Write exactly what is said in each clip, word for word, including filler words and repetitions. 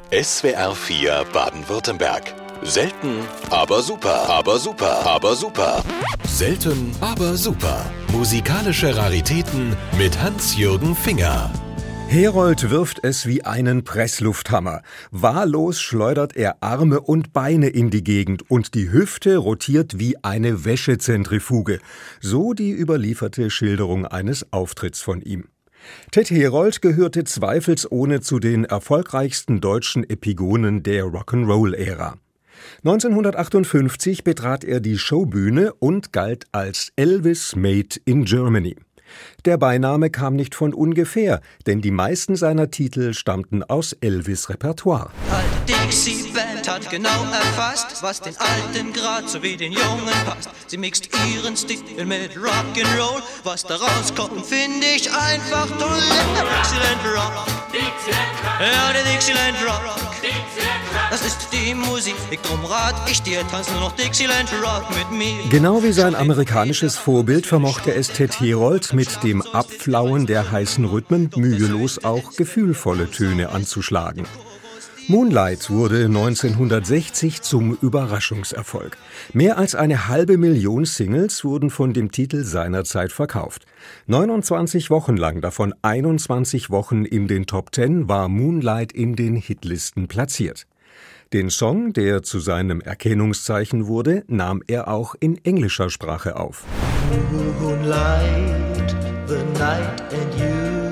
S W R vier Baden-Württemberg. Selten, aber super, aber super, aber super. Selten, aber super. Musikalische Raritäten mit Hans-Jürgen Finger. Herold wirft es wie einen Presslufthammer. Wahllos schleudert er Arme und Beine in die Gegend und die Hüfte rotiert wie eine Wäschezentrifuge. So die überlieferte Schilderung eines Auftritts von ihm. Ted Herold gehörte zweifelsohne zu den erfolgreichsten deutschen Epigonen der Rock'n'Roll-Ära. neunzehnhundertachtundfünfzig betrat er die Showbühne und galt als Elvis Made in Germany. Der Beiname kam nicht von ungefähr, denn die meisten seiner Titel stammten aus Elvis' Repertoire. Die Dixie-Band hat genau erfasst, was den Alten grad sowie den Jungen passt. Sie mixt ihren Stil mit Rock'n'Roll, was da rauskommt, finde ich einfach toll. Dixieland Rock, ja, der Dixieland Rock, das ist die Musik, drum rat ich dir, tanz nur noch Dixieland Rock mit mir. Genau wie sein amerikanisches Vorbild vermochte es Ted Herold mit dem Abflauen der heißen Rhythmen mühelos auch gefühlvolle Töne anzuschlagen. Moonlight wurde neunzehnhundertsechzig zum Überraschungserfolg. Mehr als eine halbe Million Singles wurden von dem Titel seinerzeit verkauft. neunundzwanzig Wochen lang, davon einundzwanzig Wochen in den Top Ten, war Moonlight in den Hitlisten platziert. Den Song, der zu seinem Erkennungszeichen wurde, nahm er auch in englischer Sprache auf. Moonlight, the night and you.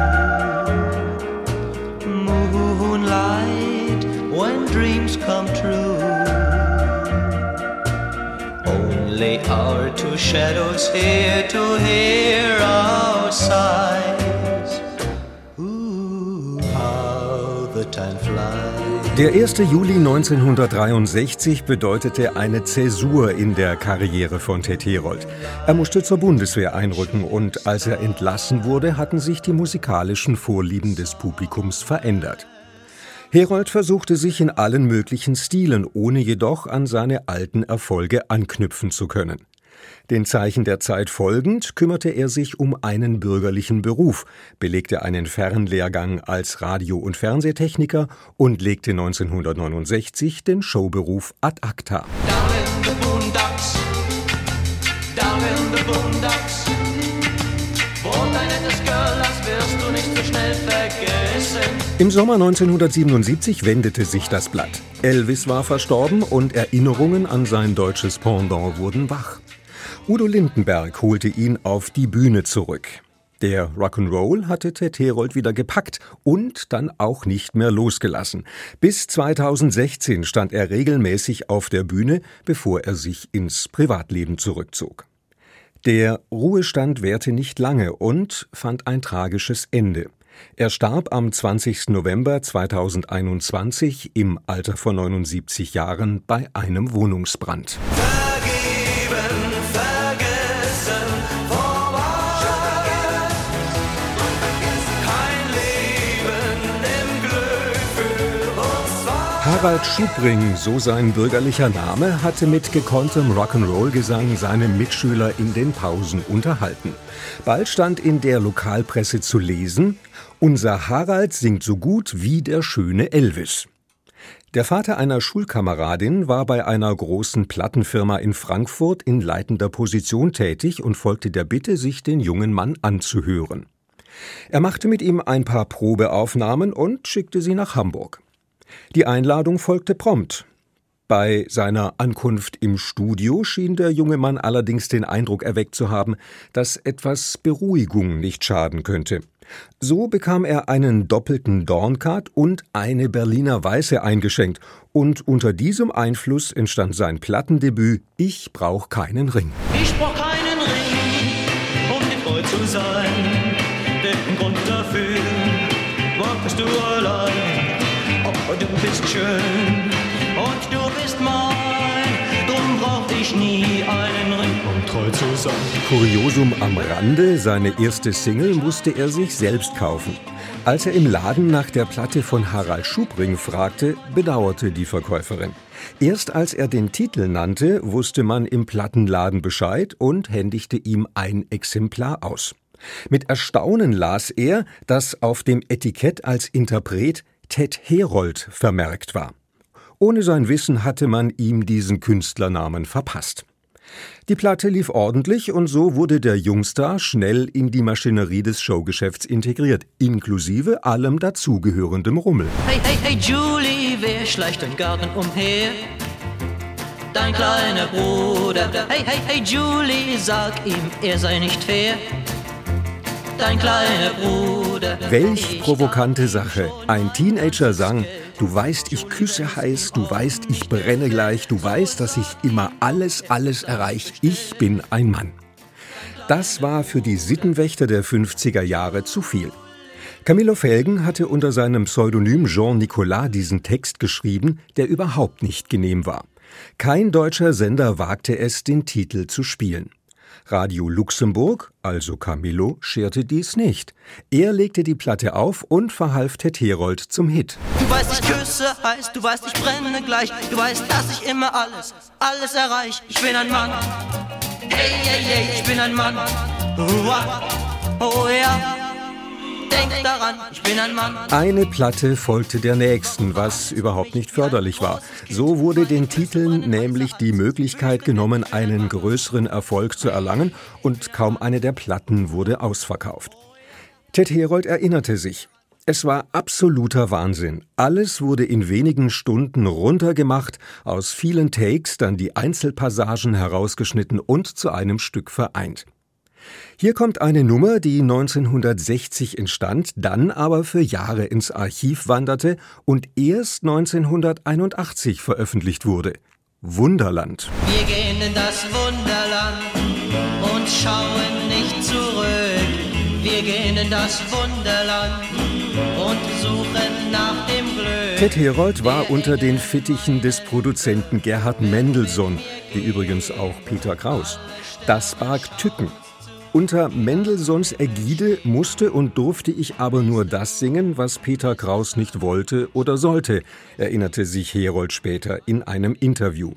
Moonlight, when dreams come true. Only our two shadows here to hear our sighs. Ooh, how the time flies. Der erste Juli neunzehnhundertdreiundsechzig bedeutete eine Zäsur in der Karriere von Ted Herold. Er musste zur Bundeswehr einrücken und als er entlassen wurde, hatten sich die musikalischen Vorlieben des Publikums verändert. Herold versuchte sich in allen möglichen Stilen, ohne jedoch an seine alten Erfolge anknüpfen zu können. Den Zeichen der Zeit folgend kümmerte er sich um einen bürgerlichen Beruf, belegte einen Fernlehrgang als Radio- und Fernsehtechniker und legte neunzehnhundertneunundsechzig den Showberuf ad acta. Down in the boondocks, down in the boondocks. Brot ein nettes Girl, das wirst du nicht so schnell vergessen. Im Sommer neunzehnhundertsiebenundsiebzig wendete sich das Blatt. Elvis war verstorben und Erinnerungen an sein deutsches Pendant wurden wach. Udo Lindenberg holte ihn auf die Bühne zurück. Der Rock'n'Roll hatte Ted Herold wieder gepackt und dann auch nicht mehr losgelassen. Bis zweitausendsechzehn stand er regelmäßig auf der Bühne, bevor er sich ins Privatleben zurückzog. Der Ruhestand währte nicht lange und fand ein tragisches Ende. Er starb am zwanzigsten November zweitausendeinundzwanzig im Alter von neunundsiebzig Jahren bei einem Wohnungsbrand. Harald Schubring, so sein bürgerlicher Name, hatte mit gekonntem Rock'n'Roll-Gesang seine Mitschüler in den Pausen unterhalten. Bald stand in der Lokalpresse zu lesen: Unser Harald singt so gut wie der schöne Elvis. Der Vater einer Schulkameradin war bei einer großen Plattenfirma in Frankfurt in leitender Position tätig und folgte der Bitte, sich den jungen Mann anzuhören. Er machte mit ihm ein paar Probeaufnahmen und schickte sie nach Hamburg. Die Einladung folgte prompt. Bei seiner Ankunft im Studio schien der junge Mann allerdings den Eindruck erweckt zu haben, dass etwas Beruhigung nicht schaden könnte. So bekam er einen doppelten Dornkat und eine Berliner Weiße eingeschenkt, und unter diesem Einfluss entstand sein Plattendebüt »Ich brauch keinen Ring«. Ich brauch keinen Ring, um dir treu zu sein. Den Grund dafür wartest du allein. Oh, du bist schön und du bist mein, drum brauch ich nie einen Ring, um treu zu sein. Kuriosum am Rande, seine erste Single musste er sich selbst kaufen. Als er im Laden nach der Platte von Harald Schubring fragte, bedauerte die Verkäuferin. Erst als er den Titel nannte, wusste man im Plattenladen Bescheid und händigte ihm ein Exemplar aus. Mit Erstaunen las er, dass auf dem Etikett als Interpret Ted Herold vermerkt war. Ohne sein Wissen hatte man ihm diesen Künstlernamen verpasst. Die Platte lief ordentlich und so wurde der Jungstar schnell in die Maschinerie des Showgeschäfts integriert, inklusive allem dazugehörendem Rummel. Hey, hey, hey Julie, wer schleicht im Garten umher? Dein kleiner Bruder. Hey, hey, hey Julie, sag ihm, er sei nicht fair. Dein kleiner Bruder. Welch provokante Sache. Ein Teenager sang: Du weißt, ich küsse heiß, du weißt, ich brenne gleich, du weißt, dass ich immer alles, alles erreich. Ich bin ein Mann. Das war für die Sittenwächter der fünfziger Jahre zu viel. Camillo Felgen hatte unter seinem Pseudonym Jean Nicolas diesen Text geschrieben, der überhaupt nicht genehm war. Kein deutscher Sender wagte es, den Titel zu spielen. Radio Luxemburg, also Camillo, scherte dies nicht. Er legte die Platte auf und verhalf Ted Herold zum Hit. Du weißt, ich küsse heiß, du weißt, ich brenne gleich. Du weißt, dass ich immer alles, alles erreich. Ich bin ein Mann. Hey, hey, hey, ich bin ein Mann. Oh ja, denk daran, ich bin ein Mann. Eine Platte folgte der nächsten, was überhaupt nicht förderlich war. So wurde den Titeln nämlich die Möglichkeit genommen, einen größeren Erfolg zu erlangen, und kaum eine der Platten wurde ausverkauft. Ted Herold erinnerte sich: Es war absoluter Wahnsinn. Alles wurde in wenigen Stunden runtergemacht, aus vielen Takes dann die Einzelpassagen herausgeschnitten und zu einem Stück vereint. Hier kommt eine Nummer, die neunzehnhundertsechzig entstand, dann aber für Jahre ins Archiv wanderte und erst neunzehnhunderteinundachtzig veröffentlicht wurde. Wunderland. Wir gehen in das Wunderland und schauen nicht zurück. Wir gehen in das Wunderland und suchen nach dem Glück. Ted Herold war unter den Fittichen des Produzenten Gerhard Mendelssohn, wie übrigens auch Peter Kraus. Das barg Tücken. Unter Mendelssohns Ägide musste und durfte ich aber nur das singen, was Peter Kraus nicht wollte oder sollte, erinnerte sich Herold später in einem Interview.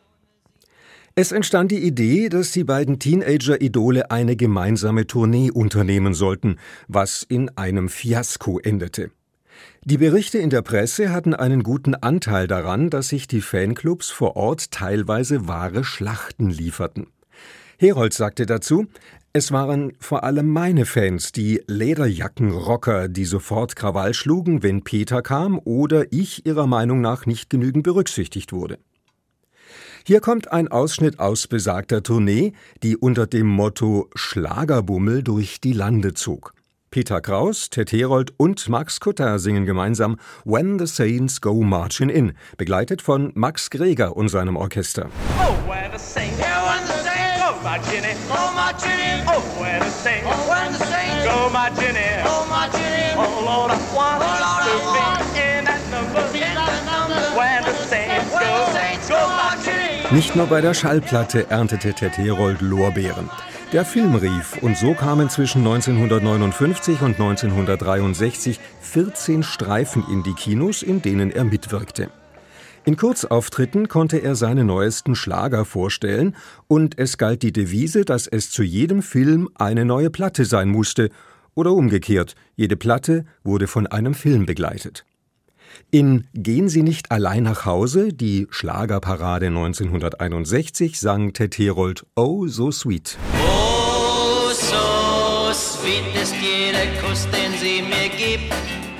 Es entstand die Idee, dass die beiden Teenager-Idole eine gemeinsame Tournee unternehmen sollten, was in einem Fiasko endete. Die Berichte in der Presse hatten einen guten Anteil daran, dass sich die Fanclubs vor Ort teilweise wahre Schlachten lieferten. Herold sagte dazu: Es waren vor allem meine Fans, die Lederjackenrocker, die sofort Krawall schlugen, wenn Peter kam oder ich ihrer Meinung nach nicht genügend berücksichtigt wurde. Hier kommt ein Ausschnitt aus besagter Tournee, die unter dem Motto Schlagerbummel durch die Lande zog. Peter Kraus, Ted Herold und Max Kutter singen gemeinsam When the Saints Go Marching In, begleitet von Max Greger und seinem Orchester. Oh, when the saints, yeah, when the saints go marching in, go marching in. Oh, when the saints, oh, when the saints go marching in, go marching in. Oh, Lord, I want to be in that number, in that number. When the saints go, go marching in. Nicht nur bei der Schallplatte erntete Ted Herold Lorbeeren. Der Film rief, und so kamen zwischen neunzehnhundertneunundfünfzig und neunzehnhundertdreiundsechzig vierzehn Streifen in die Kinos, in denen er mitwirkte. In Kurzauftritten konnte er seine neuesten Schlager vorstellen, und es galt die Devise, dass es zu jedem Film eine neue Platte sein musste, oder umgekehrt, jede Platte wurde von einem Film begleitet. In Gehen Sie nicht allein nach Hause, die Schlagerparade neunzehnhunderteinundsechzig, sang Ted Herold Oh, so sweet. Oh, so sweet ist jeder Kuss, den sie mir gibt.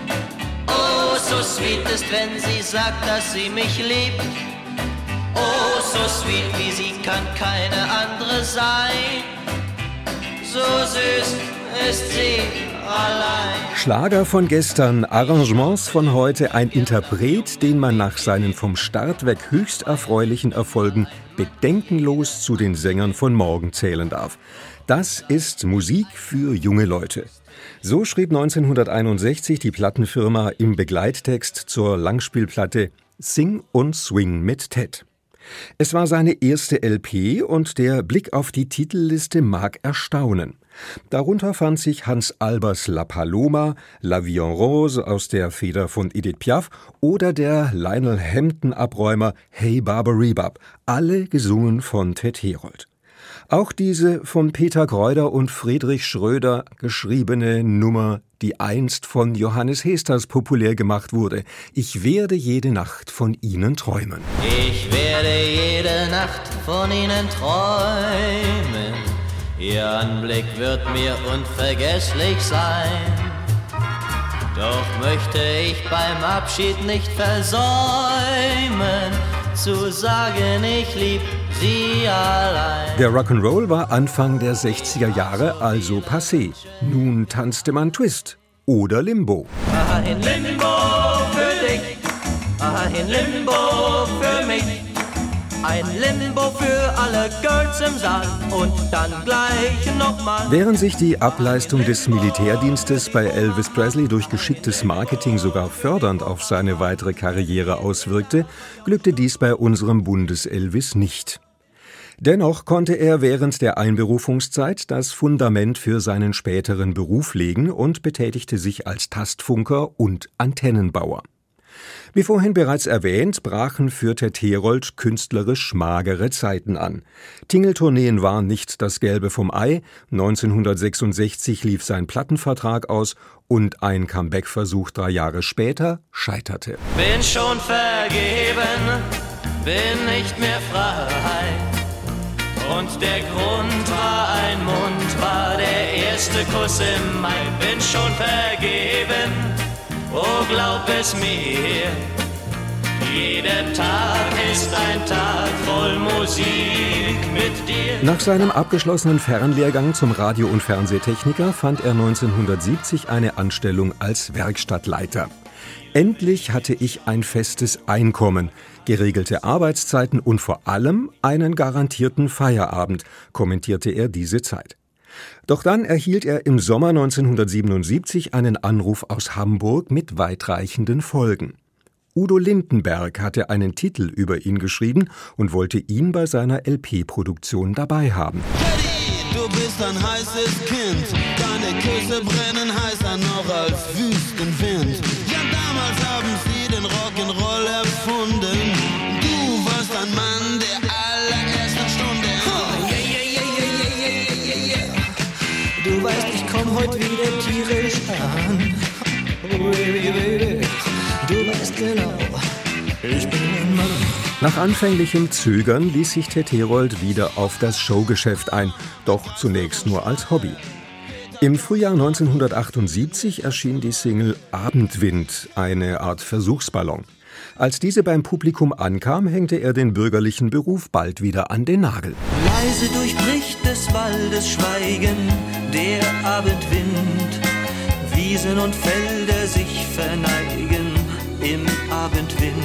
Oh, so sweet ist, wenn sie sagt, dass sie mich liebt. Oh, so sweet wie sie kann keine andere sein. So süß ist sie allein. Schlager von gestern, Arrangements von heute, ein Interpret, den man nach seinen vom Start weg höchst erfreulichen Erfolgen bedenkenlos zu den Sängern von morgen zählen darf. Das ist Musik für junge Leute. So schrieb neunzehnhunderteinundsechzig die Plattenfirma im Begleittext zur Langspielplatte Sing und Swing mit Ted. Es war seine erste L P und der Blick auf die Titelliste mag erstaunen. Darunter fand sich Hans Albers La Paloma, La Vie en Rose aus der Feder von Edith Piaf oder der Lionel Hampton-Abräumer Hey Barbaribab, alle gesungen von Ted Herold. Auch diese von Peter Greuder und Friedrich Schröder geschriebene Nummer, die einst von Johannes Hesters populär gemacht wurde. Ich werde jede Nacht von Ihnen träumen. Ich werde jede Nacht von Ihnen träumen. Ihr Anblick wird mir unvergesslich sein. Doch möchte ich beim Abschied nicht versäumen, zu sagen, ich lieb Sie allein. Der Rock'n'Roll war Anfang der sechziger Jahre also passé. Nun tanzte man Twist oder Limbo. Aha, in Limbo für dich, aha, in Limbo für mich. Ein Limbo für alle Girls im Saal und dann gleich nochmal. Während sich die Ableistung des Militärdienstes bei Elvis Presley durch geschicktes Marketing sogar fördernd auf seine weitere Karriere auswirkte, glückte dies bei unserem Bundes-Elvis nicht. Dennoch konnte er während der Einberufungszeit das Fundament für seinen späteren Beruf legen und betätigte sich als Tastfunker und Antennenbauer. Wie vorhin bereits erwähnt, brachen für Ted Herold künstlerisch magere Zeiten an. Tingeltourneen waren nicht das Gelbe vom Ei, neunzehnhundertsechsundsechzig lief sein Plattenvertrag aus und ein Comeback-Versuch drei Jahre später scheiterte. Bin schon vergeben, bin nicht mehr frei. Und der Grund war ein Mund, war der erste Kuss im Mai. Bin schon vergeben, oh, glaub es mir, jeder Tag ist ein Tag voll Musik mit dir. Nach seinem abgeschlossenen Fernlehrgang zum Radio- und Fernsehtechniker fand er neunzehnhundertsiebzig eine Anstellung als Werkstattleiter. Endlich hatte ich ein festes Einkommen, geregelte Arbeitszeiten und vor allem einen garantierten Feierabend, kommentierte er diese Zeit. Doch dann erhielt er im Sommer neunzehnhundertsiebenundsiebzig einen Anruf aus Hamburg mit weitreichenden Folgen. Udo Lindenberg hatte einen Titel über ihn geschrieben und wollte ihn bei seiner L P-Produktion dabei haben. Teddy, du bist ein heißes Kind, deine Küsse brennen heißer noch als Wüstenwind. Ja, damals haben sie den Rock'n'Roll erfunden. Du warst ein Mann der allerersten Stunde. Oh, yeah, yeah, yeah, yeah, yeah, yeah, yeah. Du weißt, ich komm heute wieder tierisch an. Oh, baby, baby, du weißt genau, ich bin ein Mann. Nach anfänglichem Zögern ließ sich Ted Herold wieder auf das Showgeschäft ein, doch zunächst nur als Hobby. Im Frühjahr neunzehnhundertachtundsiebzig erschien die Single Abendwind, eine Art Versuchsballon. Als diese beim Publikum ankam, hängte er den bürgerlichen Beruf bald wieder an den Nagel. Leise durchbricht des Waldes Schweigen der Abendwind. Wiesen und Felder sich verneigen im Abendwind.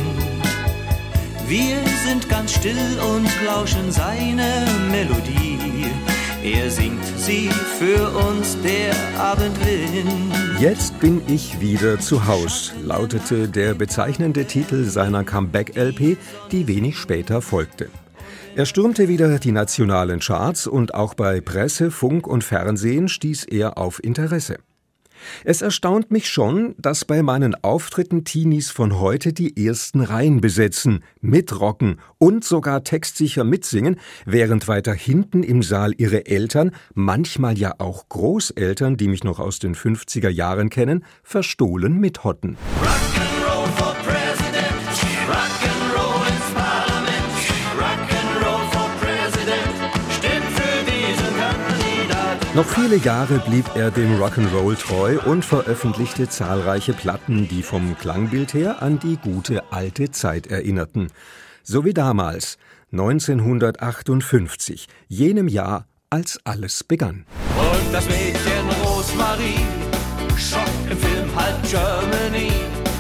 Wir sind ganz still und lauschen seine Melodie. Er singt sie für uns, der Abendwind. Jetzt bin ich wieder zu Haus, lautete der bezeichnende Titel seiner Comeback-L P, die wenig später folgte. Er stürmte wieder die nationalen Charts und auch bei Presse, Funk und Fernsehen stieß er auf Interesse. Es erstaunt mich schon, dass bei meinen Auftritten Teenies von heute die ersten Reihen besetzen, mitrocken und sogar textsicher mitsingen, während weiter hinten im Saal ihre Eltern, manchmal ja auch Großeltern, die mich noch aus den fünfziger Jahren kennen, verstohlen mithotten. Rock'n'Roll for President, Rock'n'Roll ins Parlament, Rock'n'Roll for President, stimmt für diesen Kandidat. Noch viele Jahre blieb er dem Rock'n'Roll treu und veröffentlichte zahlreiche Platten, die vom Klangbild her an die gute alte Zeit erinnerten. So wie damals, neunzehnhundertachtundfünfzig, jenem Jahr, als alles begann. Und das Mädchen Rosmarie schock im Film Halb Germany.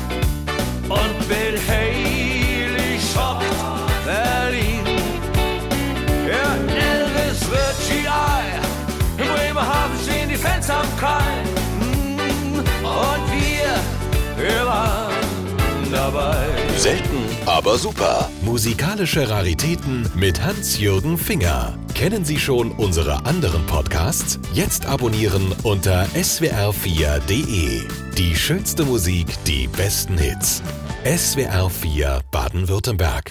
Und Bill Haley schockt Berlin. Ja, Elvis wird G I. Im Bremerhaven stehen die Fans am Kreis. Und wir, wir waren dabei. Selten, aber super. Musikalische Raritäten mit Hans-Jürgen Finger. Kennen Sie schon unsere anderen Podcasts? Jetzt abonnieren unter s w r vier punkt d e. Die schönste Musik, die besten Hits. S W R vier Baden-Württemberg.